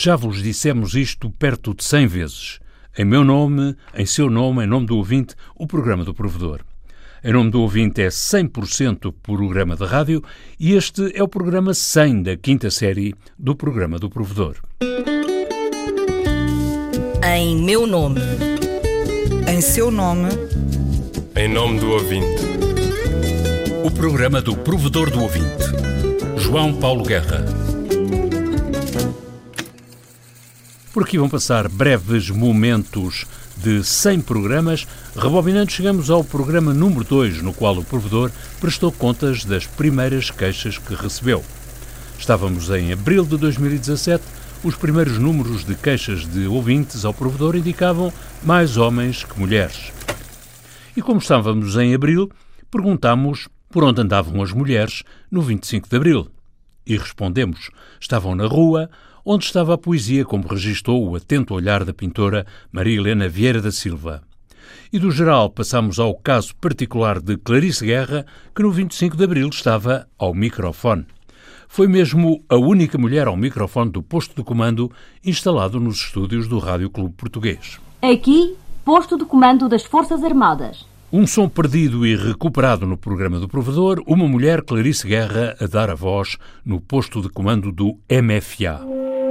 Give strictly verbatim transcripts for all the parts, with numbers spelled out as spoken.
já vos dissemos isto perto de cem vezes. Em meu nome, em seu nome, em nome do ouvinte, o programa do Provedor. Em nome do ouvinte é cem por cento programa de rádio e este é o programa cem da quinta série do programa do Provedor. Em meu nome. Em seu nome. Em nome do ouvinte. O programa do Provedor do Ouvinte. João Paulo Guerra. Por aqui vão passar breves momentos de cem programas. Rebobinando, chegamos ao programa número dois, no qual o Provedor prestou contas das primeiras queixas que recebeu. Estávamos em abril de dois mil e dezassete. Os primeiros números de queixas de ouvintes ao Provedor indicavam mais homens que mulheres. E como estávamos em abril, perguntámos por onde andavam as mulheres no vinte e cinco de abril. E respondemos, estavam na rua, onde estava a poesia, como registou o atento olhar da pintora Maria Helena Vieira da Silva. E do geral passamos ao caso particular de Clarice Guerra, que no vinte e cinco de abril estava ao microfone. Foi mesmo a única mulher ao microfone do posto de comando instalado nos estúdios do Rádio Clube Português. Aqui, posto de comando das Forças Armadas. Um som perdido e recuperado no programa do Provedor, uma mulher, Clarice Guerra, a dar a voz no posto de comando do M F A.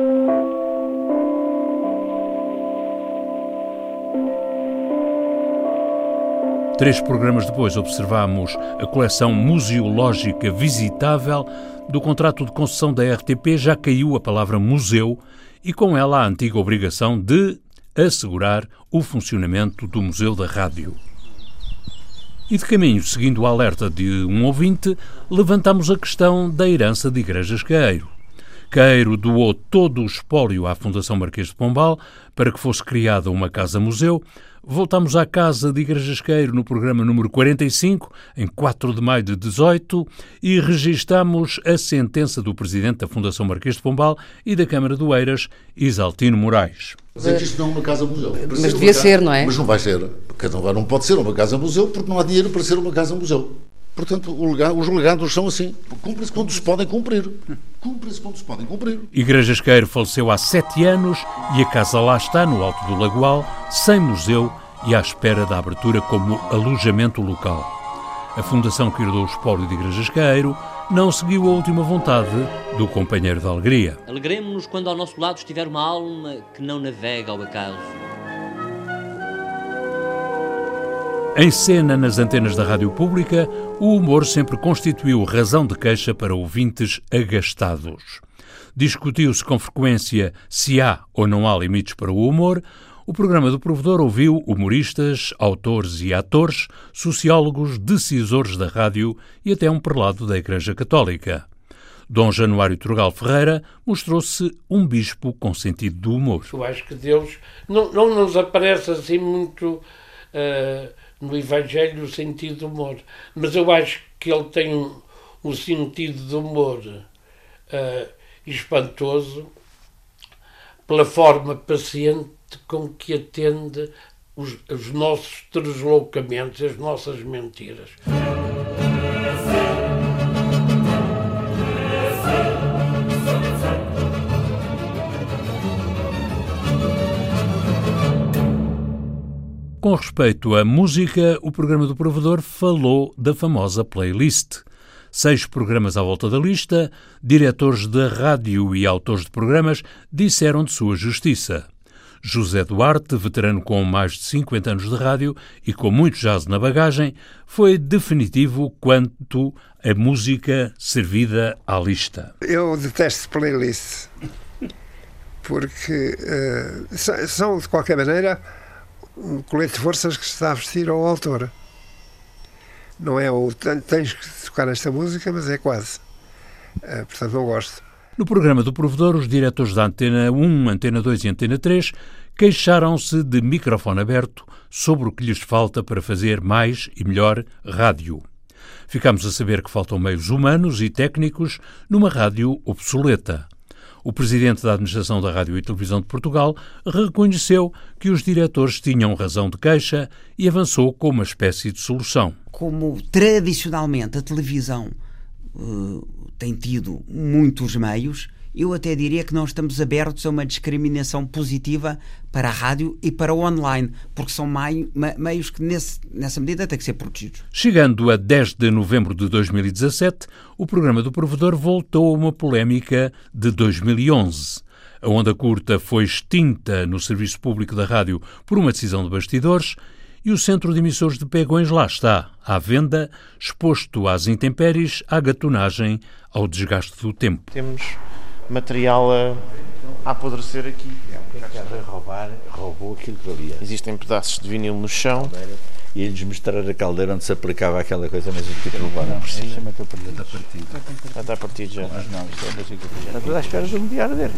Três programas depois observámos a coleção museológica visitável. Do contrato de concessão da R T P já caiu a palavra museu e com ela a antiga obrigação de assegurar o funcionamento do Museu da Rádio. E de caminho, seguindo o alerta de um ouvinte, levantamos a questão da herança de Igrejas Queiro. Queiro doou todo o espólio à Fundação Marquês de Pombal para que fosse criada uma casa-museu. Voltámos à Casa de Igrejas Queiro no programa número quarenta e cinco, em quatro de maio de dezoito, e registamos a sentença do presidente da Fundação Marquês de Pombal e da Câmara do Eiras, Isaltino Moraes. Mas é que isto não é uma casa-museu. Mas ser devia ser, não é? Mas não vai ser. Cada um não pode ser uma casa-museu porque não há dinheiro para ser uma casa-museu. Portanto, o legado, os legados são assim. Cumpre-se quando se podem cumprir. Cumpre-se quando se podem cumprir. Igrejas Queiro faleceu há sete anos e a casa lá está, no Alto do Lagoal, sem museu e à espera da abertura como alojamento local. A fundação que herdou o espólio de Igrejas Queiro não seguiu a última vontade do companheiro da alegria. Alegremo-nos quando ao nosso lado estiver uma alma que não navega ao acaso. Em cena nas antenas da Rádio Pública, o humor sempre constituiu razão de queixa para ouvintes agastados. Discutiu-se com frequência se há ou não há limites para o humor. O programa do Provedor ouviu humoristas, autores e atores, sociólogos, decisores da rádio e até um prelado da Igreja Católica. Dom Januário Trugal Ferreira mostrou-se um bispo com sentido do humor. Eu acho que Deus não, não nos aparece assim muito uh, no Evangelho o sentido do humor, mas eu acho que ele tem um, um sentido de humor uh, espantoso pela forma paciente com que atende os, os nossos deslocamentos, as nossas mentiras. Com respeito à música, o programa do Provedor falou da famosa playlist. Seis programas à volta da lista, diretores de rádio e autores de programas disseram de sua justiça. José Duarte, veterano com mais de cinquenta anos de rádio e com muito jazz na bagagem, foi definitivo quanto à música servida à lista. Eu detesto playlists, porque uh, são, de qualquer maneira, um colete de forças que se está a vestir ao autor. Não é o tens que tocar nesta música, mas é quase. Uh, portanto, não gosto. No programa do Provedor, os diretores da Antena um, Antena dois e Antena três queixaram-se de microfone aberto sobre o que lhes falta para fazer mais e melhor rádio. Ficámos a saber que faltam meios humanos e técnicos numa rádio obsoleta. O presidente da Administração da Rádio e Televisão de Portugal reconheceu que os diretores tinham razão de queixa e avançou com uma espécie de solução. Como tradicionalmente a televisão uh, tem tido muitos meios eu até diria que não estamos abertos a uma discriminação positiva para a rádio e para o online, porque são meio, meios que nesse, nessa medida têm que ser protegidos. Chegando a dez de novembro de dois mil e dezassete, o programa do Provedor voltou a uma polémica de dois mil e onze. A onda curta foi extinta no serviço público da rádio por uma decisão de bastidores e o centro de emissores de Pegões lá está, à venda, exposto às intempéries, à gatunagem, ao desgaste do tempo. Temos material a, a apodrecer aqui. A roubar, roubou aquilo que valia. Existem pedaços de vinil no chão. E eles mostrar a caldeira onde se aplicava aquela coisa mesmo que levaram por cima. Está partido. Já está partido já. Mas não, isto é assim que eu está tudo à espera de um dia arder.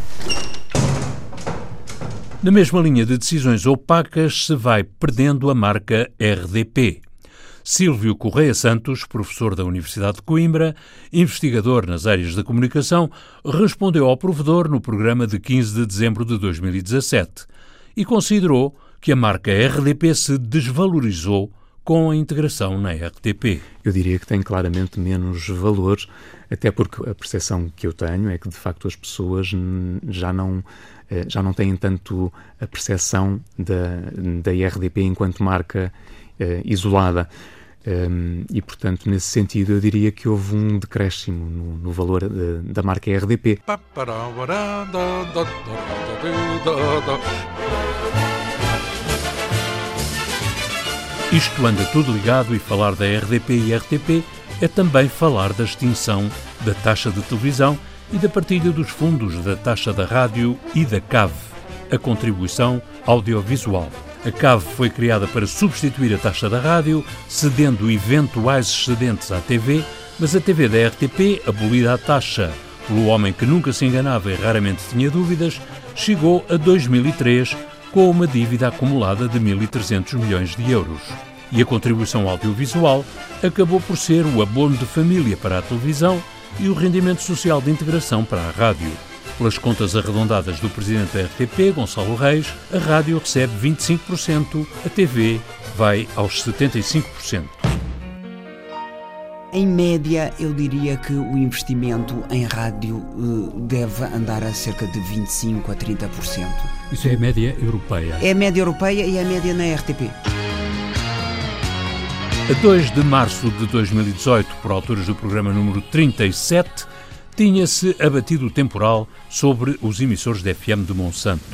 Na mesma linha de decisões opacas se vai perdendo a marca R D P. Sílvio Correia Santos, professor da Universidade de Coimbra, investigador nas áreas da comunicação, respondeu ao Provedor no programa de quinze de dezembro de dois mil e dezassete e considerou que a marca R D P se desvalorizou com a integração na R T P. Eu diria que tem claramente menos valor, até porque a percepção que eu tenho é que, de facto, as pessoas já não, já não têm tanto a percepção da, da R D P enquanto marca eh, isolada. Um, e, portanto, nesse sentido, eu diria que houve um decréscimo no, no valor de, da marca R D P. Isto anda tudo ligado e falar da R D P e R T P é também falar da extinção da taxa de televisão e da partilha dos fundos da taxa da rádio e da C A V, a contribuição audiovisual. A C A V foi criada para substituir a taxa da rádio, cedendo eventuais excedentes à T V, mas a T V da R T P, abolida a taxa pelo homem que nunca se enganava e raramente tinha dúvidas, chegou a dois mil e três com uma dívida acumulada de mil e trezentos milhões de euros. E a contribuição audiovisual acabou por ser o abono de família para a televisão e o rendimento social de integração para a rádio. Pelas contas arredondadas do presidente da R T P, Gonçalo Reis, a rádio recebe vinte e cinco por cento, a T V vai aos setenta e cinco por cento. Em média, eu diria que o investimento em rádio uh, deve andar a cerca de vinte e cinco a trinta por cento. Isso é a média europeia? É a média europeia e é a média na R T P. A dois de março de dois mil e dezoito, por alturas do programa número trinta e sete, tinha-se abatido o temporal sobre os emissores de F M de Monsanto.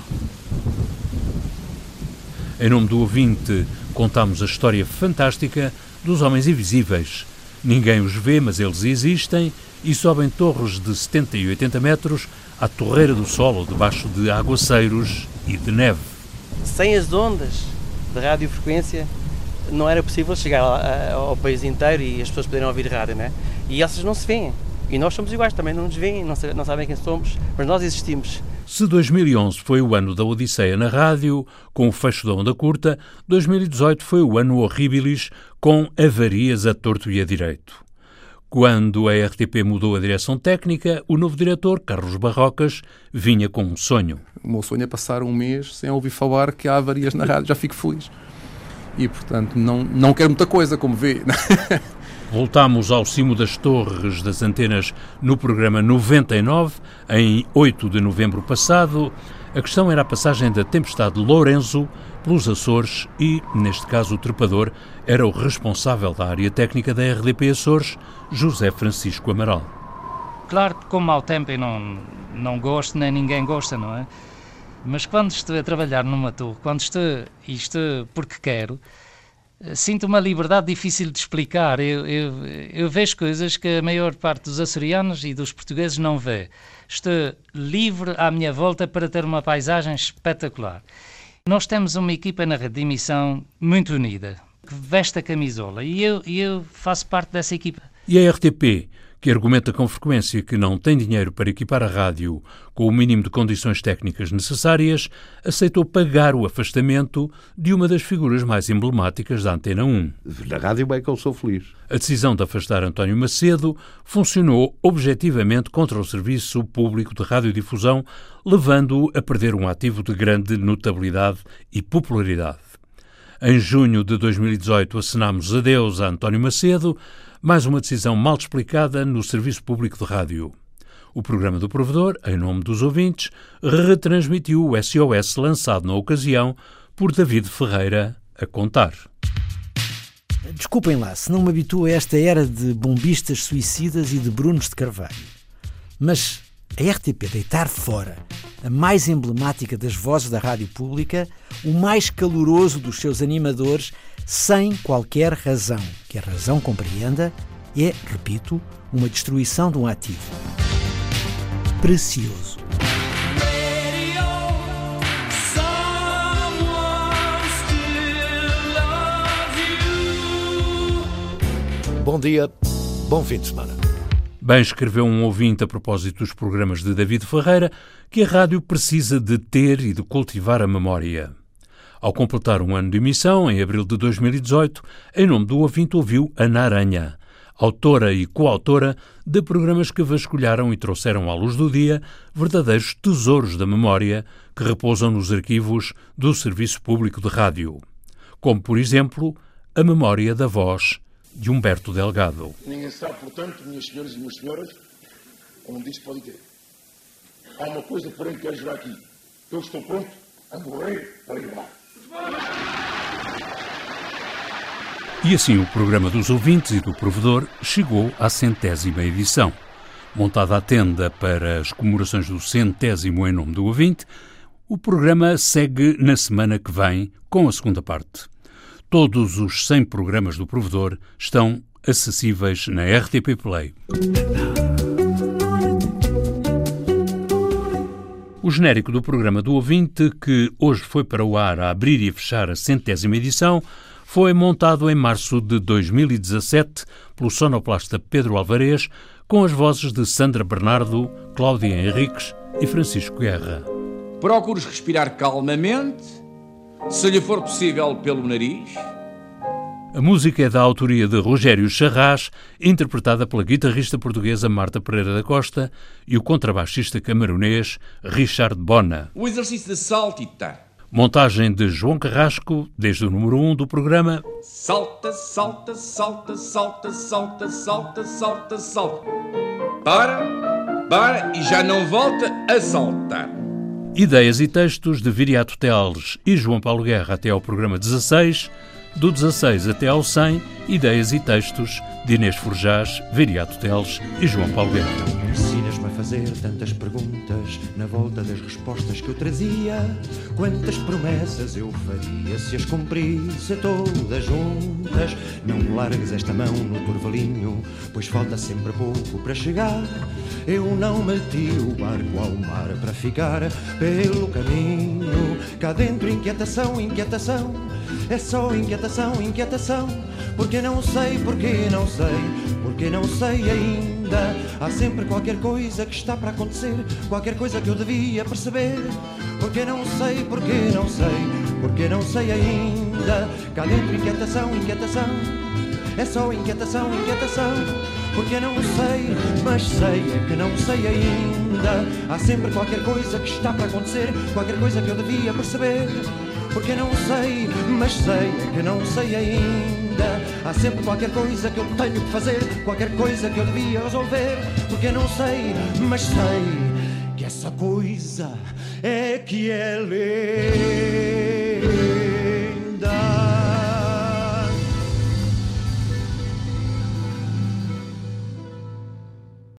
Em nome do ouvinte, contamos a história fantástica dos homens invisíveis. Ninguém os vê, mas eles existem e sobem torres de setenta e oitenta metros à Torreira do Sol ou debaixo de aguaceiros e de neve. Sem as ondas de radiofrequência não era possível chegar ao país inteiro e as pessoas poderem ouvir rádio, né? E essas não se veem. E nós somos iguais, também não nos veem, não sabem quem somos, mas nós existimos. Se dois mil e onze foi o ano da Odisseia na rádio, com o fecho da onda curta, dois mil e dezoito foi o ano horribilis, com avarias a torto e a direito. Quando a R T P mudou a direção técnica, o novo diretor, Carlos Barrocas, vinha com um sonho. O meu sonho é passar um mês sem ouvir falar que há avarias na rádio, já fico feliz. E, portanto, não, não quero muita coisa, como vê. Voltámos ao cimo das torres das antenas no programa noventa e nove, em oito de novembro passado. A questão era a passagem da tempestade Lourenço pelos Açores e, neste caso, o trepador era o responsável da área técnica da R D P Açores, José Francisco Amaral. Claro que com mau tempo eu não, não gosto, nem ninguém gosta, não é? Mas quando estou a trabalhar numa torre, quando estou, e estou porque quero, sinto uma liberdade difícil de explicar. Eu, eu, eu vejo coisas que a maior parte dos açorianos e dos portugueses não vê. Estou livre à minha volta para ter uma paisagem espetacular. Nós temos uma equipa na rede de emissão muito unida, que veste a camisola, e eu, eu faço parte dessa equipa. E a R T P, que argumenta com frequência que não tem dinheiro para equipar a rádio com o mínimo de condições técnicas necessárias, aceitou pagar o afastamento de uma das figuras mais emblemáticas da Antena um. Na rádio bem que eu sou feliz. A decisão de afastar António Macedo funcionou objetivamente contra o Serviço Público de Radiodifusão, levando-o a perder um ativo de grande notabilidade e popularidade. Em junho de dois mil e dezoito assinámos adeus a António Macedo, mais uma decisão mal explicada no Serviço Público de Rádio. O programa do Provedor, em nome dos ouvintes, retransmitiu o S O S lançado na ocasião por David Ferreira a contar. Desculpem lá, se não me habituo a esta era de bombistas suicidas e de Brunos de Carvalho. Mas a R T P deitar fora a mais emblemática das vozes da rádio pública, o mais caloroso dos seus animadores, sem qualquer razão, que a razão compreenda, é, repito, uma destruição de um ativo precioso. Bom dia, bom fim de semana. Bem escreveu um ouvinte a propósito dos programas de David Ferreira que a rádio precisa de ter e de cultivar a memória. Ao completar um ano de emissão, em abril de dois mil e dezoito, em nome do ouvinte ouviu Ana Aranha, autora e coautora de programas que vasculharam e trouxeram à luz do dia verdadeiros tesouros da memória que repousam nos arquivos do Serviço Público de Rádio. Como, por exemplo, a memória da voz de Humberto Delgado. Ninguém sabe, portanto, minhas senhoras e meus senhores, como disse, pode ter. Há uma coisa, porém, que quero jurar aqui. Eu estou pronto a morrer para ir lá. E assim o programa dos ouvintes e do Provedor chegou à centésima edição. Montada a tenda para as comemorações do centésimo em nome do ouvinte, o programa segue na semana que vem com a segunda parte. Todos os cem programas do Provedor estão acessíveis na R T P Play. O genérico do programa do ouvinte, que hoje foi para o ar a abrir e a fechar a centésima edição, foi montado em março de dois mil e dezassete pelo sonoplasta Pedro Alvarez, com as vozes de Sandra Bernardo, Cláudia Henriques e Francisco Guerra. Procure respirar calmamente, se lhe for possível pelo nariz. A música é da autoria de Rogério Charras, interpretada pela guitarrista portuguesa Marta Pereira da Costa e o contrabaixista camaronês Richard Bona. O exercício de saltita. Montagem de João Carrasco, desde o número um do programa. Salta, salta, salta, salta, salta, salta, salta, salta. Para, para e já não volta a saltar. Ideias e textos de Viriato Teles e João Paulo Guerra até ao programa dezasseis, do dezasseis até ao cem, ideias e textos de Inês Forjás, Viriato Teles e João Paulo Guerra. Ensinas-me a fazer tantas perguntas na volta das respostas que eu trazia. Quantas promessas eu faria se as cumprisse todas juntas. Não largues esta mão no turvalinho, pois falta sempre pouco para chegar. Eu não meti o barco ao mar para ficar pelo caminho. Cá dentro inquietação, inquietação, é só inquietação, inquietação. Porque não sei, porque não sei, porque não sei ainda. Há sempre qualquer coisa que está para acontecer, qualquer coisa que eu devia perceber. Porque não sei, porque não sei, porque não sei ainda. Cá dentro inquietação, inquietação, é só inquietação, inquietação. Porque não sei, mas sei é que não sei ainda. Há sempre qualquer coisa que está para acontecer, qualquer coisa que eu devia perceber. Porque não sei, mas sei é que não sei ainda. Há sempre qualquer coisa que eu tenho que fazer, qualquer coisa que eu devia resolver. Porque não sei, mas sei que essa coisa é que é ler.